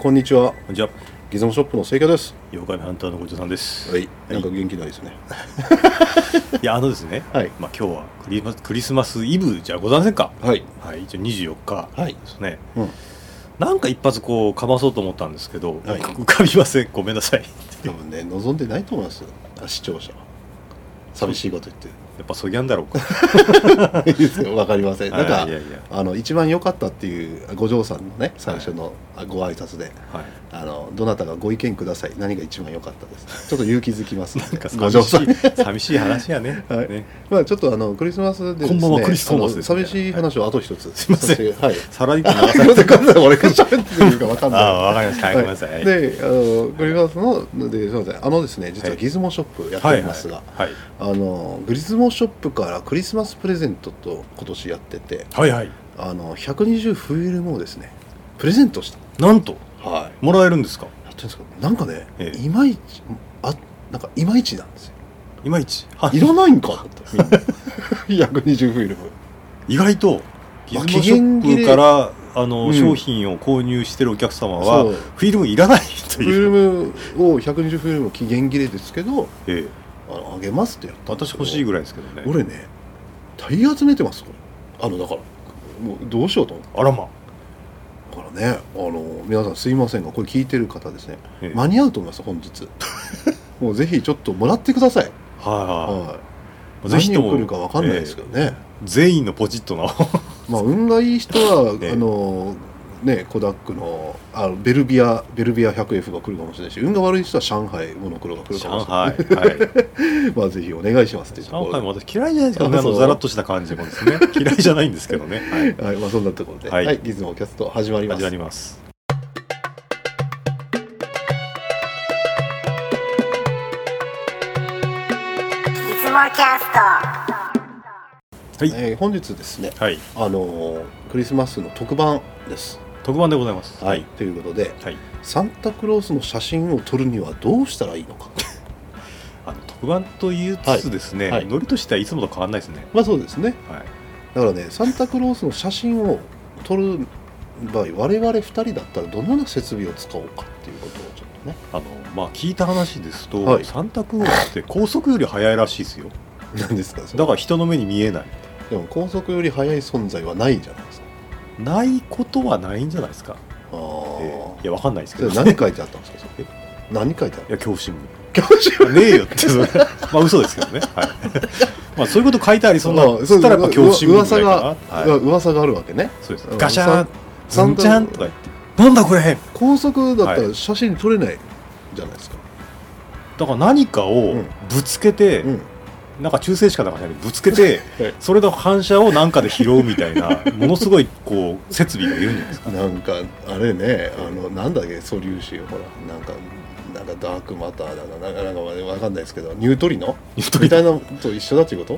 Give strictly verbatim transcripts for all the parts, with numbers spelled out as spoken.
こんにちは。 こんにちは。 ギズモショップの清家です。 妖怪ハンターのごちさんです。 はい。なんか元気ないですね。 いやあのですね。 はい。 まあ今日はクリマクリスマスイブじゃございませんか。 はい。 はい。一応にじゅうよっかですね。 はい。うん。 なんか一発こうかまそうと思ったんですけど、 はい、 浮かびません。ごめんなさい。 多分ね望んでないと思いますよ。視聴者は。寂しいこと言ってる。 やっぱそぎゃんだろうか。 いいですよ。わかりません。なんかいやいやあの一番良かったっていうご嬢さんのね最初のご挨拶で、はい、あのどなたがご意見ください。何が一番良かったです。ちょっと勇気づきますので。 ご嬢さん寂しい話やね。 はい。 ね、 まあちょっとあのクリスマスでですね。 こんばんはクリスマスです、ね。 寂しい話をあと一つ。 すみません。はい。さらりと流されてください。俺が喋ってるかわかんない。 ああわかりました。はい、ごめんなさい。 で、あのクリスマスのですみません。あのですね実はギズモショップやっていますが、 はい。 あのギズモショップからクリスマスプレゼントと今年やってて、 はいはい。 あのひゃくにじゅうフィルムをですねプレゼントした。 なんと、 はい。 もらえるんですか。 やってるんですか。なんかね、 ええ、 いまいちあなんかいまいちなんですよ。 いまいち。 いらないんかってみんなひゃくにじゅうフィルム。 意外とギズモショップからあの、うん、商品を購入してるお客様はフィルムいらないという。 フィルムをひゃくにじゅうフィルム期限切れですけど、ええ、あのあげますってやったんですけど。 私欲しいぐらいですけどね。 俺ね大集めてますこれ。あのだからもうどうしようと思って。 あらま。 だからねあの皆さんすいませんがこれ聞いてる方ですね、ええ、間に合うと思います本日。もうぜひちょっともらってください。はい、はい、ぜひとも何を来るか分かんないですけどね、えー、 全員のポチッとな。 まあ運がいい人は、えー、あのねコダックのあのベルビアベルビア ひゃくエフ が来るかもしれないし、運が悪い人は上海モノクロが来るかもしれない。上海、はい、まあぜひお願いしますっていうところ。 上海も私嫌いじゃないですかね。あのザラッとした感じもですね。嫌いじゃないんですけどね。 はい、はい、まあそんなところで、はい、はい、ギズモキャスト始まります。 始まります。 ギズモキャスト。はい、えー、本日ですね、はい、あのー、クリスマスの特番です。 特番でございます。 はい、ということで、はい、サンタクロースの写真を撮るにはどうしたらいいのか。 あの特番と言いつつですね、はいはい、ノリとしてはいつもと変わらないですね。 まあそうですね、はい、だからねサンタクロースの写真を撮る場合我々ふたりだったらどのような設備を使おうかっていうことをちょっとね、 あの、まあ、聞いた話ですと、はい、サンタクロースって高速より速いらしいですよ。 何ですかそれ。 だから人の目に見えない。 でも高速より速い存在はないじゃないですか。 ないことはないんじゃないですか。あ、えー、いやわかんないですけど、ね、 何書いてあったんですかそれ。何書いてある。 いや恐怖新聞。 恐怖新聞ねえよってそれまあ嘘ですけどね、はい、まあそういうこと書いてありそうなそしたらやっぱ恐怖新聞ぐらいかな。 噂が、はい、噂があるわけね。 そうです。ガシャンサンちゃんとか言ってなんだこれ高速だったら写真撮れないじゃないですか、はい、 だから何かをぶつけて、うんうん、なんか中性子かなんかにぶつけて、はい、それの反射をなんかで拾うみたいなものすごいこう設備がいるんじゃないですか。 なんかあれねあのなんだっけ素粒子ほらなんかなんかダークマターだななんかなんかわかんないですけどニュートリノみたいなのと一緒だっていうこと、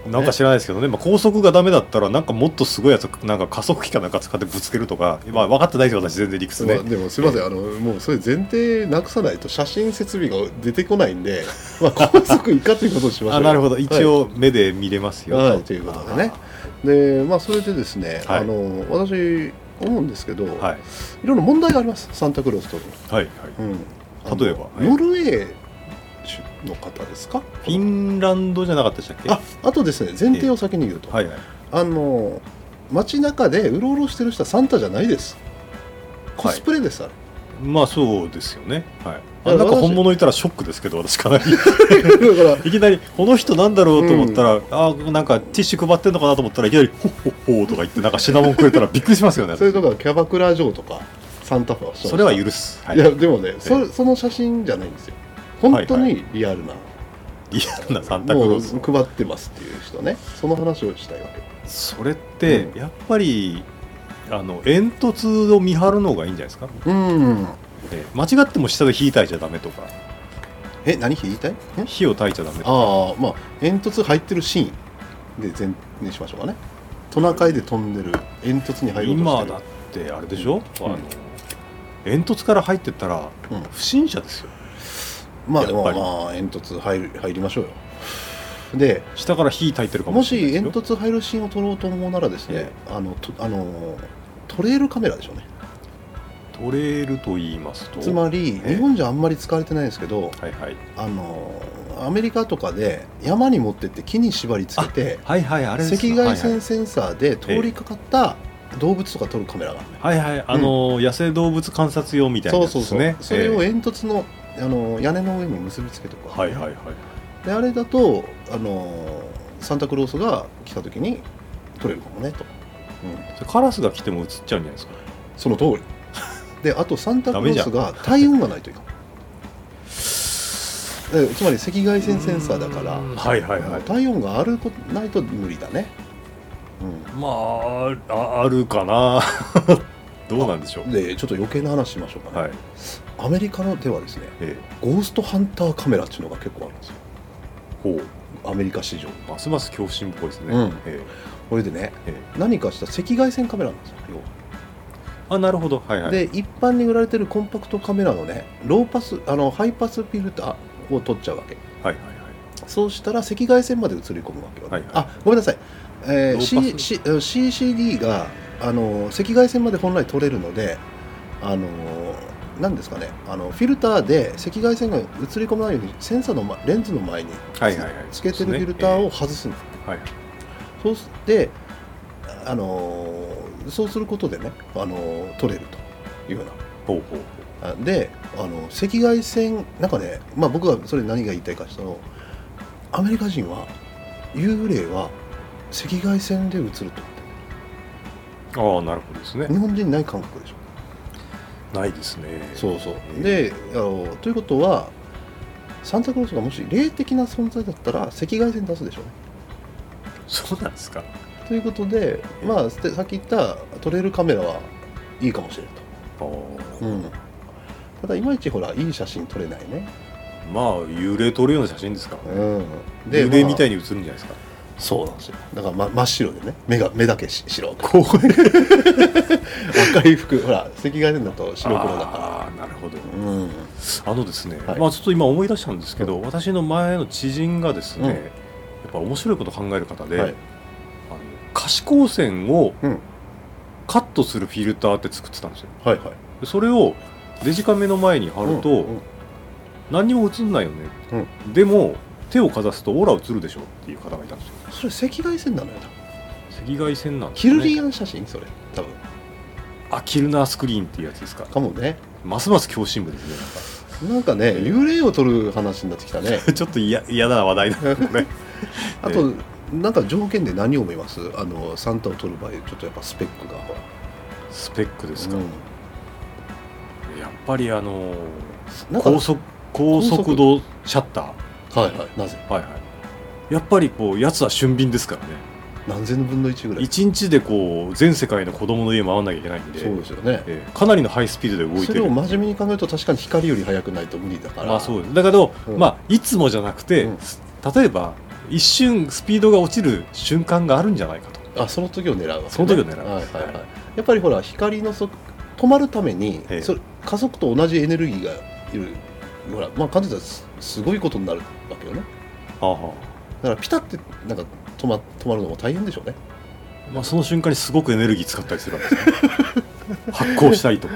なんか知らないですけどね、まあ、高速がダメだったらなんかもっとすごいやつなんか加速器かなんか使ってぶつけるとか、まあ、分かってないですよ私全然理屈ね、 まあ、でもすみません、えー、あのもうそれ前提なくさないと写真設備が出てこないんで、まあ、高速以下ということをしましょう。あ、 なるほど、一応目で見れますよ、 はい、ということでね。でまあそれでですね、はい、あの私思うんですけど、はい、いろんな問題がありますサンタクロースと。 はいはい、うん、例えばノルウェーの方ですか。 フィンランドじゃなかったでしたっけ。 あ、あとですね前提を先に言うと、はいはい、あの街中でうろうろしてる人はサンタじゃないです。コスプレです、はい、あれ。 まあそうですよね、はい、あなんか本物いたらショックですけど私かなりいきなりこの人なんだろうと思ったら、うん、あなんかティッシュ配ってんのかなと思ったらいきなりホッホッホーとか言ってなんかシナモンくれたらびっくりしますよね。 それとかキャバクラ嬢とかサンタフェはそれは許す、 はい、いやでもね、そ, その写真じゃないんですよ。本当にリアルな、はいはい、 リアルなサンタクロースを配ってますっていう人ね、その話をしたいわけ。 それってやっぱり、うん、あの煙突を見張るのがいいんじゃないですか。うん、え間違っても下で火焚いちゃダメとか。 え何火焚い火を焚いちゃダメとか。 ああまあ煙突入ってるシーンで前にしましょうかね。トナカイで飛んでる煙突に入ろうとしてる。 今だってあれでしょ、うん、あの煙突から入ってったら不審者ですよ、 うん、まあでもまあ煙突入り、入りましょうよ。で下から火焚いてるかもしれないですよ。 もし煙突入るシーンを撮ろうと思うならですね、えー、あのとあのトレイルカメラでしょうね。 トレールと言いますと、 つまり日本じゃあんまり使われてないんですけど、 はいはい、 あのアメリカとかで山に持ってって木に縛り付けて、 はいはい、あれです赤外線センサーで通りかかった動物とか撮るカメラがある、ね、 はいはい、あの、うん、野生動物観察用みたいなやつですね。 そうそうそう、それを煙突の、あの屋根の上に結びつけておく、 はいはいはい、 であれだとあのサンタクロースが来た時に撮れるかもねと、 うん、カラスが来ても映っちゃうんじゃないですか。 その通りで、あとサンタクロースが体温がないといかんつまり赤外線センサーだから、 はいはいはい、 体温があることないと無理だね、 うん、まあ あ, あるかなどうなんでしょう。 でちょっと余計な話しましょうかね、はい、アメリカのではですね、ええ、ゴーストハンターカメラっていうのが結構あるんですよ。ほう、アメリカ市場ますます恐怖心っぽいですね、 うん、ええ、これでね、ええ、何かした赤外線カメラなんですよ。 あ、なるほど、はいはい、 で一般に売られてるコンパクトカメラのね、ローパスあのハイパスフィルターを取っちゃうわけ、はいはいはい、そうしたら赤外線まで映り込むわけよ、ね、はいはい、あ、ごめんなさい、えー、C C シーシーディー があの赤外線まで本来取れるので、あの何ですかね、あのフィルターで赤外線が映り込まないようにセンサーのレンズの前につけてるフィルターを外すんです、はいはい、そうしてあのそうすることでね、あの取れるというような。ほうほうほう。で、あの赤外線なんかね、まあ僕がそれ何が言いたいかしたの、アメリカ人は幽霊は赤外線で映ると思って。 ああ、なるほどですね。 日本人ない感覚でしょ。ないですね。 そうそう。で、あのということはサンタクロースがもし霊的な存在だったら赤外線出すでしょうね。 そうなんですか。 ということで、まあ、さっき言った撮れるカメラはいいかもしれないと、うん、ただいまいちほらいい写真撮れないね。 まあ幽霊撮るような写真ですから、ね、うん、で幽霊みたいに写るんじゃないですか、まあ、そうなんですよ。だから、ま、真っ白でね、目が目だけ白こう赤い服、ほら赤外線だと白黒だから。 ああ、なるほど、うん、あのですね、はい、まあ、ちょっと今思い出したんですけど、うん、私の前の知人がですね、うん、やっぱ面白いこと考える方で、はい、可視光線をカットするフィルターって作ってたんですよ、はいはい、それをデジカメの前に貼ると、うんうん、何にも映んないよね、うん、でも手をかざすとオーラ映るでしょっていう方がいたんですよ。 それ赤外線なのよ。 赤外線なんですね。 キルリアン写真、それ多分。 あ、キルナースクリーンっていうやつですか。 かもね。 ますます恐怖心部ですね。 なんかね、幽霊を撮る話になってきたねちょっと嫌な話題だねあと、えーなんか条件で何を思います？あのサンタを撮る場合、ちょっとやっぱスペックがほら。 スペックですか、うん、やっぱりあの高速高速度シャッター。はいはい。なぜ？ はいはい。やっぱりこうやつは俊敏ですからね。 何千分のいちぐらい。 一日でこう全世界の子供の家回らなきゃいけないんで。 そうですよね、 えー、かなりのハイスピードで動いてる。 それを真面目に考えると確かに光より速くないと無理だから。 まあそうです。だけど、うん、まあいつもじゃなくて、うん、例えば一瞬スピードが落ちる瞬間があるんじゃないかと。 あ、その時を狙うわけ、ね、 その時を狙う、 はいはいはい、やっぱりほら光の速止まるためにそれ加速と同じエネルギーがいる、ほら、まあ感じたら す, すごいことになるわけよね。はあはあ、だからピタってなんか止ま止まるのも大変でしょうね。 まあその瞬間にすごくエネルギー使ったりするわけですね発光したいと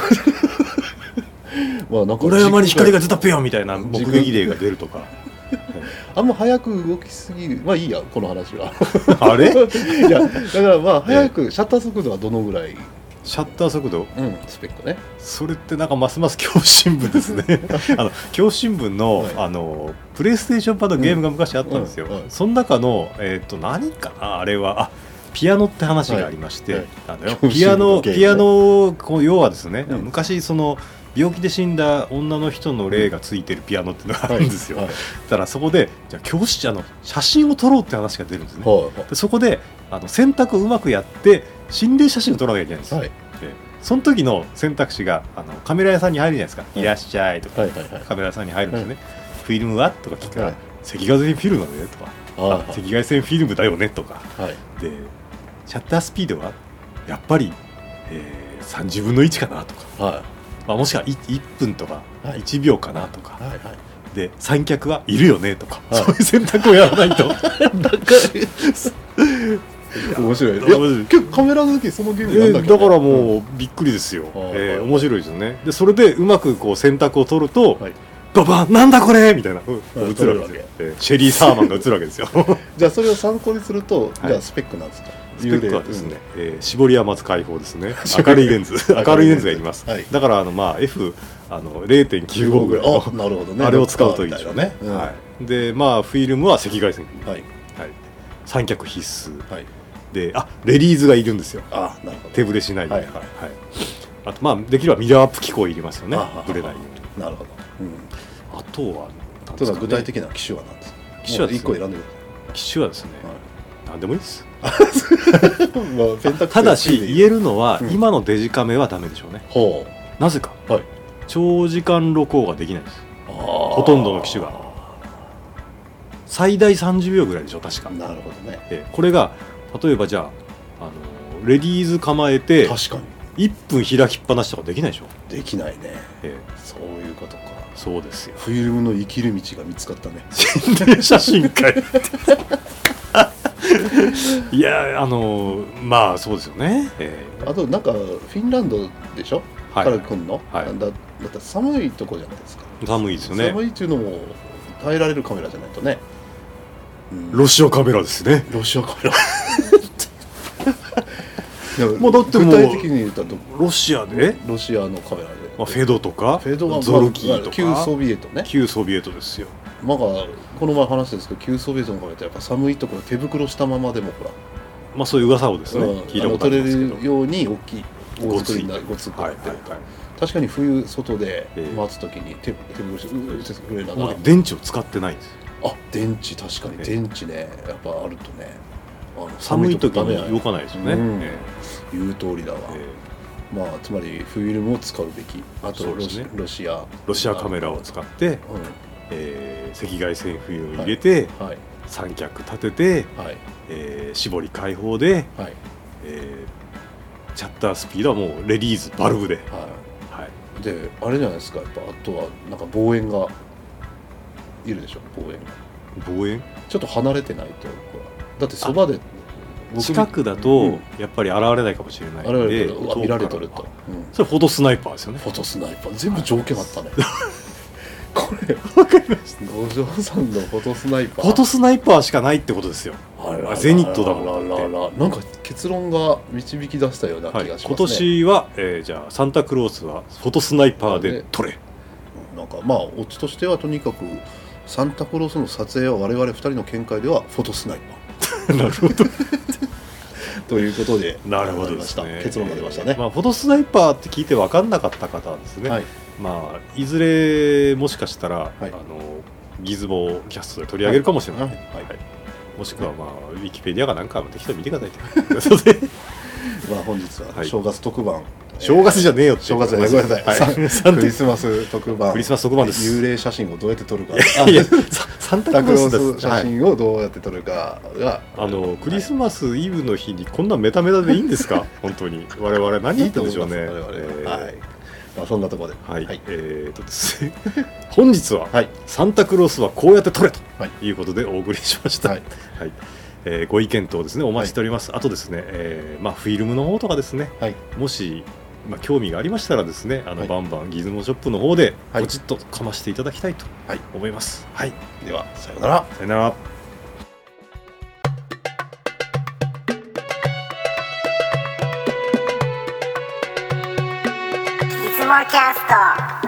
まあなんか裏山に光が出たぴよみたいな目撃例が出るとかあんま早く動きすぎる、まあいいやこの話はあれいやだからまあ早く、えー、シャッター速度はどのぐらい？ シャッター速度、 うん、スペックね。 それってなんかますます恐怖新聞ですねあの恐怖新聞の、はい、あのプレイステーション版のゲームが昔あったんですよ、うんうんうん、その中の、えー、と何かなあれは、あピアノって話がありまして、はいはい、あのピアノ、ね、ピアノこう要はですね、うん、昔その病気で死んだ女の人の霊がついてるピアノっていうのがあるんですよ、はいはい、だからそこでじゃあ教師者の写真を撮ろうって話が出るんですね、はいはい、でそこであの選択をうまくやって心霊写真を撮らなきゃいけないんです、はい、でその時の選択肢があのカメラ屋さんに入るじゃないですか、はい、いらっしゃいとか、はいはいはい、カメラ屋さんに入るんですね、はい、フィルムはとか聞くから、はい、赤外線フィルムだねとか、はい、赤外線フィルムだよねとか、はい、でシャッタースピードはやっぱり、えー、さんじゅうぶんのいちかなとか、はい、まあ、もしくはいっぷんとかいちびょうかなとか、はいはいはい、で三脚はいるよねとか、はい、そういう選択をやらないとなんか面白い。いや結構カメラ好きその原理なんだけど、 ね、だからもうびっくりですよ、うん、えー、面白いですよね。でそれでうまくこう選択を取ると、はい、ババンなんだこれみたいな、うん、映るわけですよ、えー、シェリー・サーマンが映るわけですよじゃあそれを参考にすると、はい、じゃあスペックなんですか。 スペックはですね、うん、えー、絞りはまず開放ですね。明るいレンズ明るいレンズがいります、はい、だからあの、まあ、エフ あの ゼロてんきゅうご ぐらいのあ、なるほど、ね、あれを使うといいでしょうね、うん、はい、でまあフィルムは赤外線、はいはい、三脚必須、はい、であレリーズがいるんですよ。あ、なるほど、手ぶれしないで、はいはいはい、あとまあできればミラーアップ機構いりますよね、ぶれないように。なるほど、うん、あとは何ですかね、 具体的な機種は何ですか。 機種はですね、 いっこ選んでください。 機種はですね、はい、何でもいいですまあ、 ただし言えるのは、うん、今のデジカメはダメでしょうね。ほう、なぜか、はい、長時間録音ができないんです。ほとんどの機種が最大さんじゅうびょうぐらいでしょ確か。なるほどね。えこれが例えばじゃあ、あのレディーズ構えて確かにいっぷん開きっぱなしとかできないでしょ。できないね、えそういうことか。そうですよ。フィルムの生きる道が見つかったね。心霊写真かいいや、あのまあそうですよね、えー、 あとなんかフィンランドでしょ、はい、から来んの、はい、だ, だって寒いとこじゃないですか。 寒いですよね。 寒いっていうのも耐えられるカメラじゃないとね、 うん、ロシアカメラですね。 ロシアカメラもうだってもう具体的に言うとロシアでロシアのカメラで、 まあ、フェドとかフェドはゾルキーとか旧ソビエトね。 旧ソビエトですよ。 なんかこの前話したんですけど、旧ソビエトのカメラってやっぱ寒いところ手袋したままでもほら、 まあそういう噂をですね、うん、 聞いたことありますけど、撮れるように大きい大作りになる、ごつくなってると、確かに冬外で待つときに手袋してうーってくれながら、 電池を使ってないんですよ。 あ、電池、確かに電池ね、やっぱあるとね、 あの寒い時に動かないですよね、うん、 えー、言う通りだわ、えー、まあつまりフィルムを使うべき。あと ロシ、ね、ロシアロシアカメラを使って、うん、えー、赤外線フィルム入れて、はいはい、三脚立てて、はい、えー、絞り開放で、はい、えー、シャッタースピードはもうレリーズバルブで、はいはい、 であれじゃないですか、やっぱあとはなんか望遠がいるでしょ。望遠が望遠ちょっと離れてないと、だってそばで近くだとやっぱり現れないかもしれないので、 うん、見られとると、 うん、それフォトスナイパーですよね。 フォトスナイパー全部条件あったねこれ分かりました。 五条さんのフォトスナイパー、 フォトスナイパーしかないってことですよ。ゼニットだもん。 なんか結論が導き出したような気がしますね、はい、 今年は、えー、じゃあサンタクロースはフォトスナイパーで撮れ。 なんかまあオチとしてはとにかくサンタクロースの撮影は我々ふたりの見解ではフォトスナイパーなるほどということで、 なるほどですね、 結論が出ましたね、 まあ、フォトスナイパーって聞いて分かんなかった方はですね、はい、まあ、いずれもしかしたら、はい、あのギズモキャストで取り上げるかもしれない、はいはいはい、もしくは、まあ、ウィキペディアかなんか適当に見てくださいということでまあ本日は正月特番、はい、 正月じゃねえよって正月じゃねえ、ごめんなさい、はい、クリスマス特番、 クリスマス特番です。 幽霊写真をどうやって撮るか、 いやサンタクロース写真をどうやって撮るかが、はい、 あのクリスマスイブの日にこんなメタメタでいいんですか本当に我々何やってるんでしょうね。我々、えー、はい、 まあ、そんなところで、 はいはい、えーとですね本日は、はい、サンタクロースはこうやって撮れということでお送りしました、はいはい、えー、ご意見等ですねお待ちしております、はい、あとですね、えーまあ、フィルムの方とかですね、はい、もし、まあ、興味がありましたらですね、あの、はい、バンバンギズモショップの方でポチッとかましていただきたいと思います、はいはい、 ではさよなら。 さよなら。 ギズモキャスト。